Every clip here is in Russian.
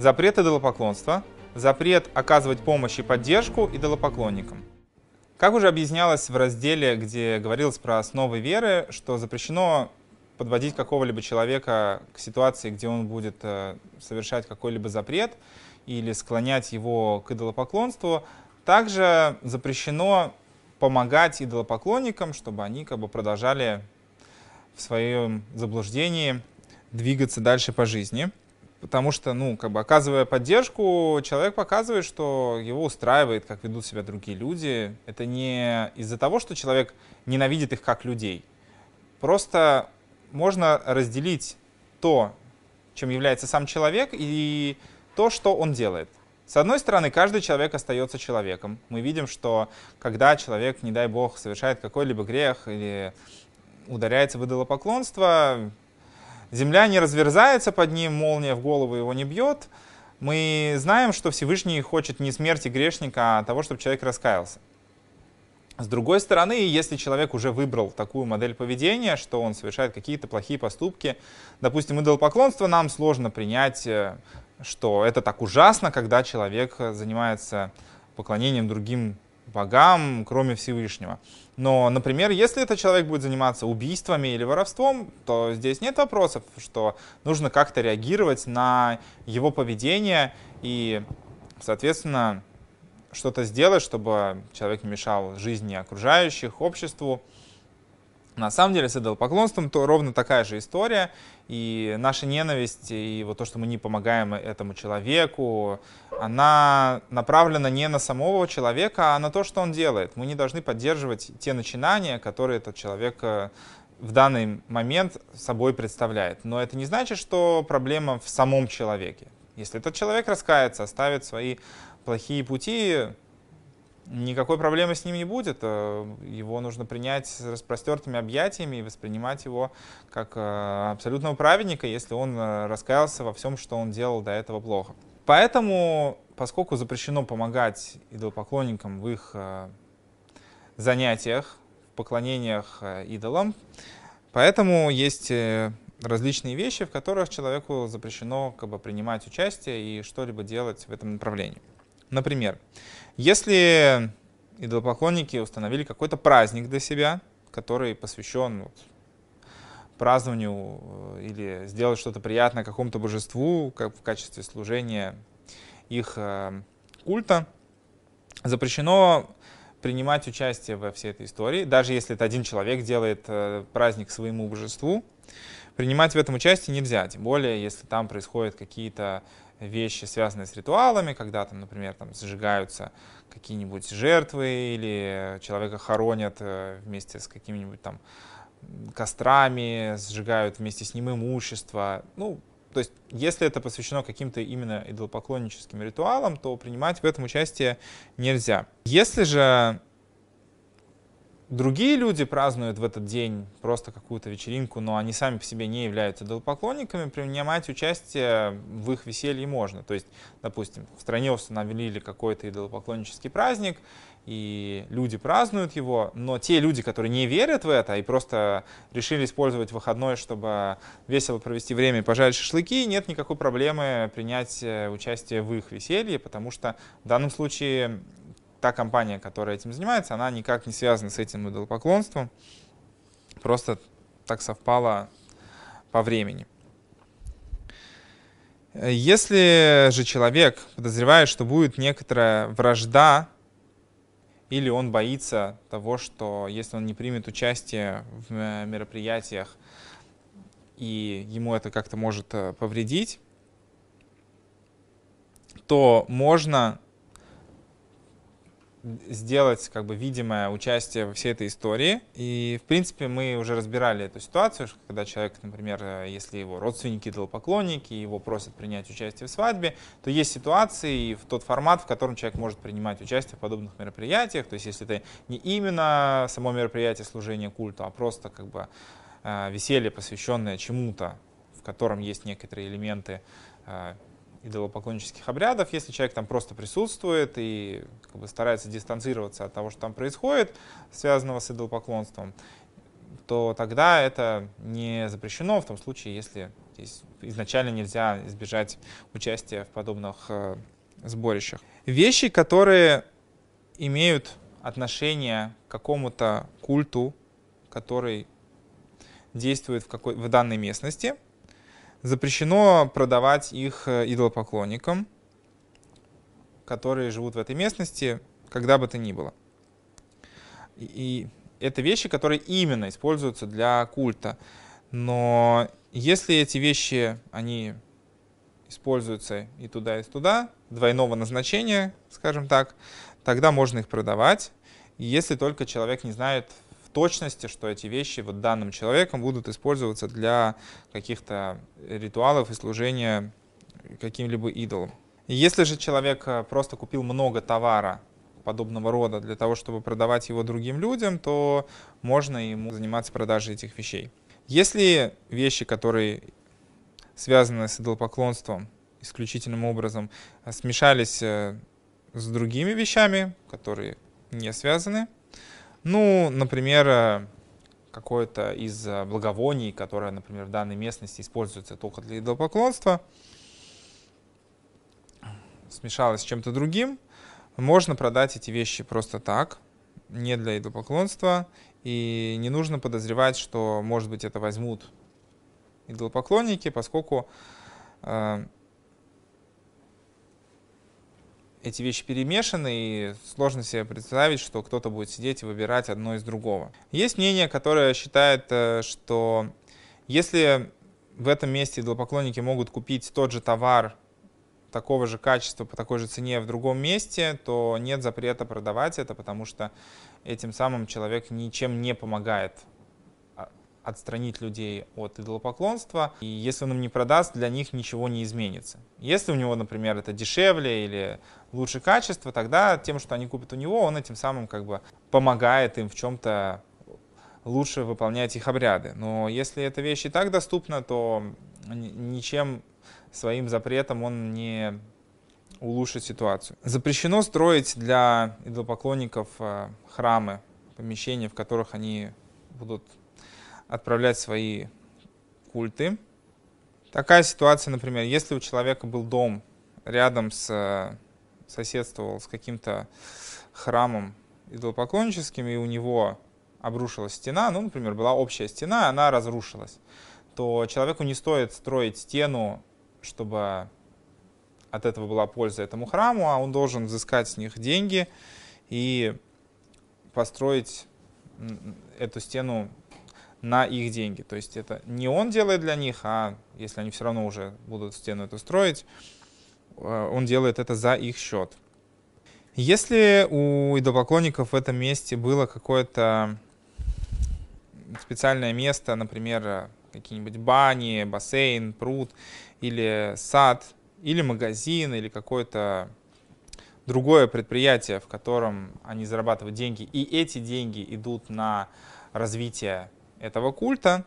Запрет идолопоклонства, запрет оказывать помощь и поддержку идолопоклонникам. Как уже объяснялось в разделе, где говорилось про основы веры, что запрещено подводить какого-либо человека к ситуации, где он будет совершать какой-либо запрет или склонять его к идолопоклонству, также запрещено помогать идолопоклонникам, чтобы они продолжали в своем заблуждении двигаться дальше по жизни. Потому что, оказывая поддержку, человек показывает, что его устраивает, как ведут себя другие люди. Это не из-за того, что человек ненавидит их как людей. Просто можно разделить то, чем является сам человек, и то, что он делает. С одной стороны, каждый человек остается человеком. Мы видим, что когда человек, не дай бог, совершает какой-либо грех или ударяется в идолопоклонство, земля не разверзается под ним, молния в голову его не бьет. Мы знаем, что Всевышний хочет не смерти грешника, а того, чтобы человек раскаялся. С другой стороны, если человек уже выбрал такую модель поведения, что он совершает какие-то плохие поступки, допустим, идолопоклонство, нам сложно принять, что это так ужасно, когда человек занимается поклонением другим богам, кроме Всевышнего. Но, например, если этот человек будет заниматься убийствами или воровством, то здесь нет вопросов, что нужно как-то реагировать на его поведение и, соответственно, что-то сделать, чтобы человек не мешал жизни окружающих, обществу. На самом деле с идолопоклонством то ровно такая же история. И наша ненависть, и вот то, что мы не помогаем этому человеку, она направлена не на самого человека, а на то, что он делает. Мы не должны поддерживать те начинания, которые этот человек в данный момент собой представляет. Но это не значит, что проблема в самом человеке. Если этот человек раскается, оставит свои плохие пути, никакой проблемы с ним не будет. Его нужно принять с распростертыми объятиями и воспринимать его как абсолютного праведника, если он раскаялся во всем, что он делал до этого плохо. Поэтому, поскольку запрещено помогать идолопоклонникам в их занятиях, в поклонениях идолам, поэтому есть различные вещи, в которых человеку запрещено принимать участие и что-либо делать в этом направлении. Например, если идолопоклонники установили какой-то праздник для себя, который посвящен празднованию или сделать что-то приятное какому-то божеству как в качестве служения их культа, запрещено принимать участие во всей этой истории. Даже если это один человек делает праздник своему божеству, принимать в этом участие нельзя. Тем более, если там происходят какие-то вещи, связанные с ритуалами, когда там, например, зажигаются какие-нибудь жертвы или человека хоронят вместе с какими-нибудь там кострами, сжигают вместе с ним имущество. То есть, если это посвящено каким-то именно идолопоклонническим ритуалам, то принимать в этом участие нельзя. Если же другие люди празднуют в этот день просто какую-то вечеринку, но они сами по себе не являются идолопоклонниками, принимать участие в их веселье можно. То есть, допустим, в стране установили какой-то идолопоклоннический праздник, и люди празднуют его, но те люди, которые не верят в это и просто решили использовать выходной, чтобы весело провести время и пожарить шашлыки, нет никакой проблемы принять участие в их веселье, потому что в данном случае та компания, которая этим занимается, она никак не связана с этим идолопоклонством. Просто так совпало по времени. Если же человек подозревает, что будет некоторая вражда, или он боится того, что если он не примет участие в мероприятиях, и ему это как-то может повредить, то можно сделать видимое участие во всей этой истории. И, в принципе, мы уже разбирали эту ситуацию, когда человек, например, если его родственники идолопоклонники, его просят принять участие в свадьбе, то есть ситуации и в тот формат, в котором человек может принимать участие в подобных мероприятиях. То есть, если это не именно само мероприятие служения культу, а просто веселье, посвященное чему-то, в котором есть некоторые элементы идолопоклоннических обрядов, если человек там просто присутствует и старается дистанцироваться от того, что там происходит, связанного с идолопоклонством, то тогда это не запрещено в том случае, если изначально нельзя избежать участия в подобных сборищах. Вещи, которые имеют отношение к какому-то культу, который действует в данной местности, запрещено продавать их идолопоклонникам, которые живут в этой местности, когда бы то ни было. И это вещи, которые именно используются для культа. Но если эти вещи, они используются и туда, двойного назначения, скажем так, тогда можно их продавать, если только человек не знает в точности, что эти вещи вот данным человеком будут использоваться для каких-то ритуалов и служения каким-либо идолам. Если же человек просто купил много товара подобного рода для того, чтобы продавать его другим людям, то можно ему заниматься продажей этих вещей. Если вещи, которые связаны с идолопоклонством исключительным образом, смешались с другими вещами, которые не связаны, ну, например, какое-то из благовоний, которое, например, в данной местности используется только для идолопоклонства, смешалось с чем-то другим, можно продать эти вещи просто так, не для идолопоклонства, и не нужно подозревать, что, может быть, это возьмут идолопоклонники, поскольку эти вещи перемешаны, и сложно себе представить, что кто-то будет сидеть и выбирать одно из другого. Есть мнение, которое считает, что если в этом месте идолопоклонники могут купить тот же товар такого же качества по такой же цене в другом месте, то нет запрета продавать это, потому что этим самым человек ничем не помогает отстранить людей от идолопоклонства. И если он им не продаст, для них ничего не изменится. Если у него, например, это дешевле или лучше качество, тогда тем, что они купят у него, он этим самым как бы помогает им в чем-то лучше выполнять их обряды. Но если эта вещь и так доступна, то ничем своим запретом он не улучшит ситуацию. Запрещено строить для идолопоклонников храмы, помещения, в которых они будут отправлять свои культы. Такая ситуация, например, если у человека был дом рядом соседствовал с каким-то храмом идолопоклонническим, и у него обрушилась стена, ну, например, была общая стена, она разрушилась, то человеку не стоит строить стену, чтобы от этого была польза этому храму, а он должен взыскать с них деньги и построить эту стену на их деньги. То есть это не он делает для них, а если они все равно уже будут стену эту строить, он делает это за их счет. Если у идолопоклонников в этом месте было какое-то специальное место, например, какие-нибудь бани, бассейн, пруд или сад, или магазин, или какое-то другое предприятие, в котором они зарабатывают деньги, и эти деньги идут на развитие этого культа,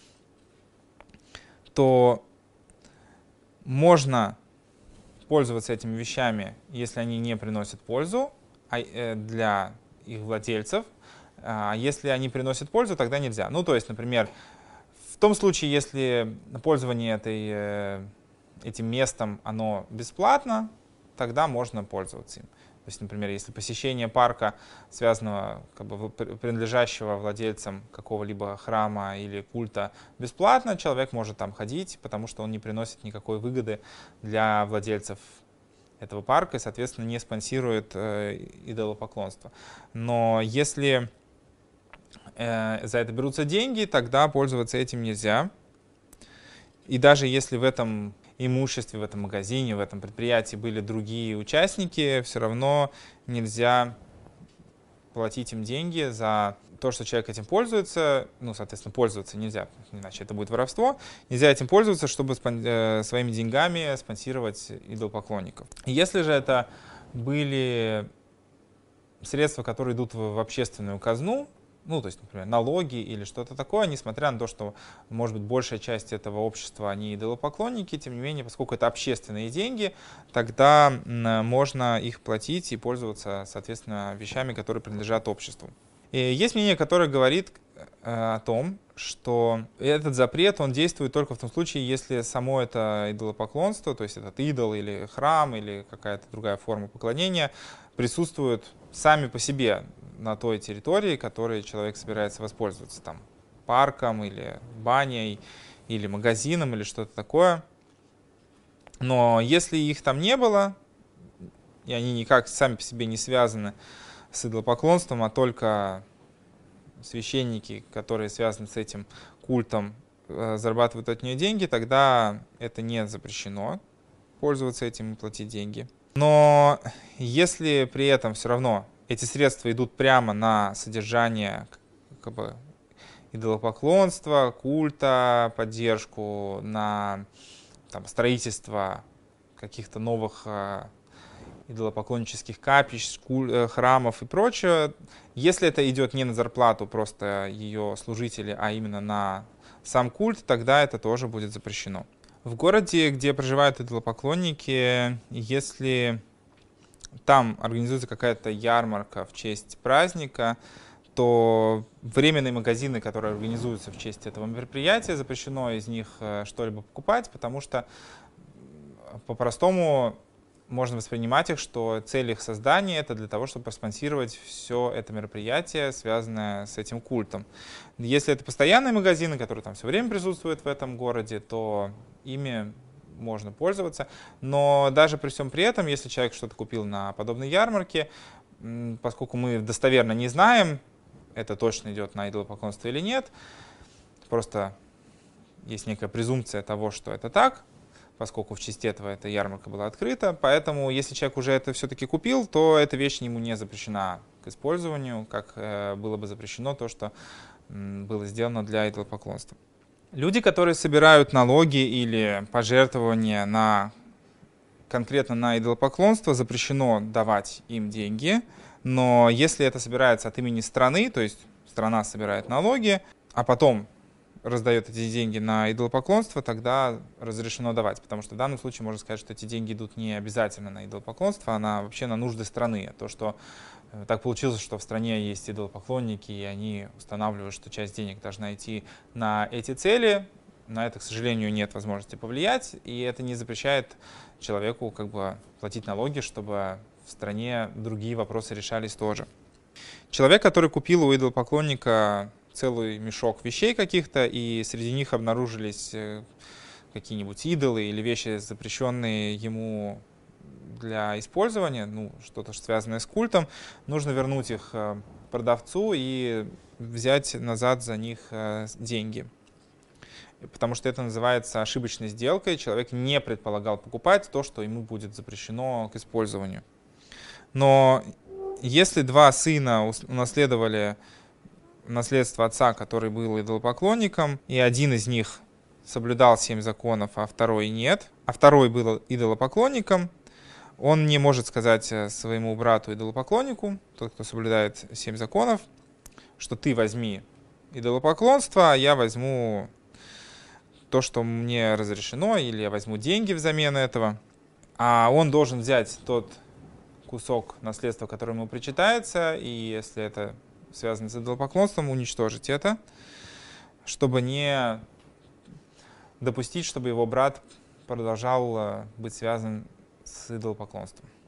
то можно пользоваться этими вещами, если они не приносят пользу для их владельцев. А если они приносят пользу, тогда нельзя. Ну, то есть, например, в том случае, если пользование этим местом оно бесплатно, тогда можно пользоваться им. То есть, например, если посещение парка, связанного, как бы, принадлежащего владельцам какого-либо храма или культа, бесплатно, человек может там ходить, потому что он не приносит никакой выгоды для владельцев этого парка и, соответственно, не спонсирует идолопоклонство. Но если за это берутся деньги, тогда пользоваться этим нельзя. И даже если в этом имуществе, в этом магазине, в этом предприятии были другие участники, все равно нельзя платить им деньги за то, что человек этим пользуется. Ну, соответственно, пользоваться нельзя, иначе это будет воровство. Нельзя этим пользоваться, чтобы своими деньгами спонсировать идолопоклонников. Если же это были средства, которые идут в общественную казну, ну, то есть, например, налоги или что-то такое, несмотря на то, что, может быть, большая часть этого общества, они идолопоклонники, тем не менее, поскольку это общественные деньги, тогда можно их платить и пользоваться, соответственно, вещами, которые принадлежат обществу. И есть мнение, которое говорит, о том, что этот запрет, он действует только в том случае, если само это идолопоклонство, то есть этот идол или храм или какая-то другая форма поклонения присутствуют сами по себе на той территории, которой человек собирается воспользоваться, там, парком или баней, или магазином, или что-то такое. Но если их там не было, и они никак сами по себе не связаны с идолопоклонством, а только священники, которые связаны с этим культом, зарабатывают от нее деньги, тогда это не запрещено пользоваться этим и платить деньги. Но если при этом все равно эти средства идут прямо на содержание как бы идолопоклонства, культа, поддержку, на там, строительство каких-то новых идолопоклоннических капищ, храмов и прочее. Если это идет не на зарплату просто ее служителей, а именно на сам культ, тогда это тоже будет запрещено. В городе, где проживают идолопоклонники, если там организуется какая-то ярмарка в честь праздника, то временные магазины, которые организуются в честь этого мероприятия, запрещено из них что-либо покупать, потому что по-простому можно воспринимать их, что цель их создания — это для того, чтобы проспонсировать все это мероприятие, связанное с этим культом. Если это постоянные магазины, которые там все время присутствуют в этом городе, то ими можно пользоваться. Но даже при всем при этом, если человек что-то купил на подобной ярмарке, поскольку мы достоверно не знаем, это точно идет на идолопоклонство или нет, просто есть некая презумпция того, что это так, поскольку в честь этого эта ярмарка была открыта. Поэтому, если человек уже это все-таки купил, то эта вещь ему не запрещена к использованию, как было бы запрещено то, что было сделано для идолопоклонства. Люди, которые собирают налоги или пожертвования конкретно на идолопоклонство, запрещено давать им деньги. Но если это собирается от имени страны, то есть страна собирает налоги, а потом раздает эти деньги на идолопоклонство, тогда разрешено давать. Потому что в данном случае можно сказать, что эти деньги идут не обязательно на идолопоклонство, а вообще на нужды страны. То, что так получилось, что в стране есть идолопоклонники, и они устанавливают, что часть денег должна идти на эти цели. На это, к сожалению, нет возможности повлиять, и это не запрещает человеку как бы платить налоги, чтобы в стране другие вопросы решались тоже. Человек, который купил у идолопоклонника целый мешок вещей каких-то, и среди них обнаружились какие-нибудь идолы или вещи, запрещенные ему для использования, что-то связанное с культом, нужно вернуть их продавцу и взять назад за них деньги. Потому что это называется ошибочной сделкой. Человек не предполагал покупать то, что ему будет запрещено к использованию. Но если два сына унаследовали наследство отца, который был идолопоклонником, и один из них соблюдал 7 законов, а второй нет, а второй был идолопоклонником, он не может сказать своему брату-идолопоклоннику, тот, кто соблюдает 7 законов, что ты возьми идолопоклонство, а я возьму то, что мне разрешено, или я возьму деньги взамен этого. А он должен взять тот кусок наследства, который ему причитается, и если это связано с идолопоклонством, уничтожить это, чтобы не допустить, чтобы его брат продолжал быть связан с идолопоклонством.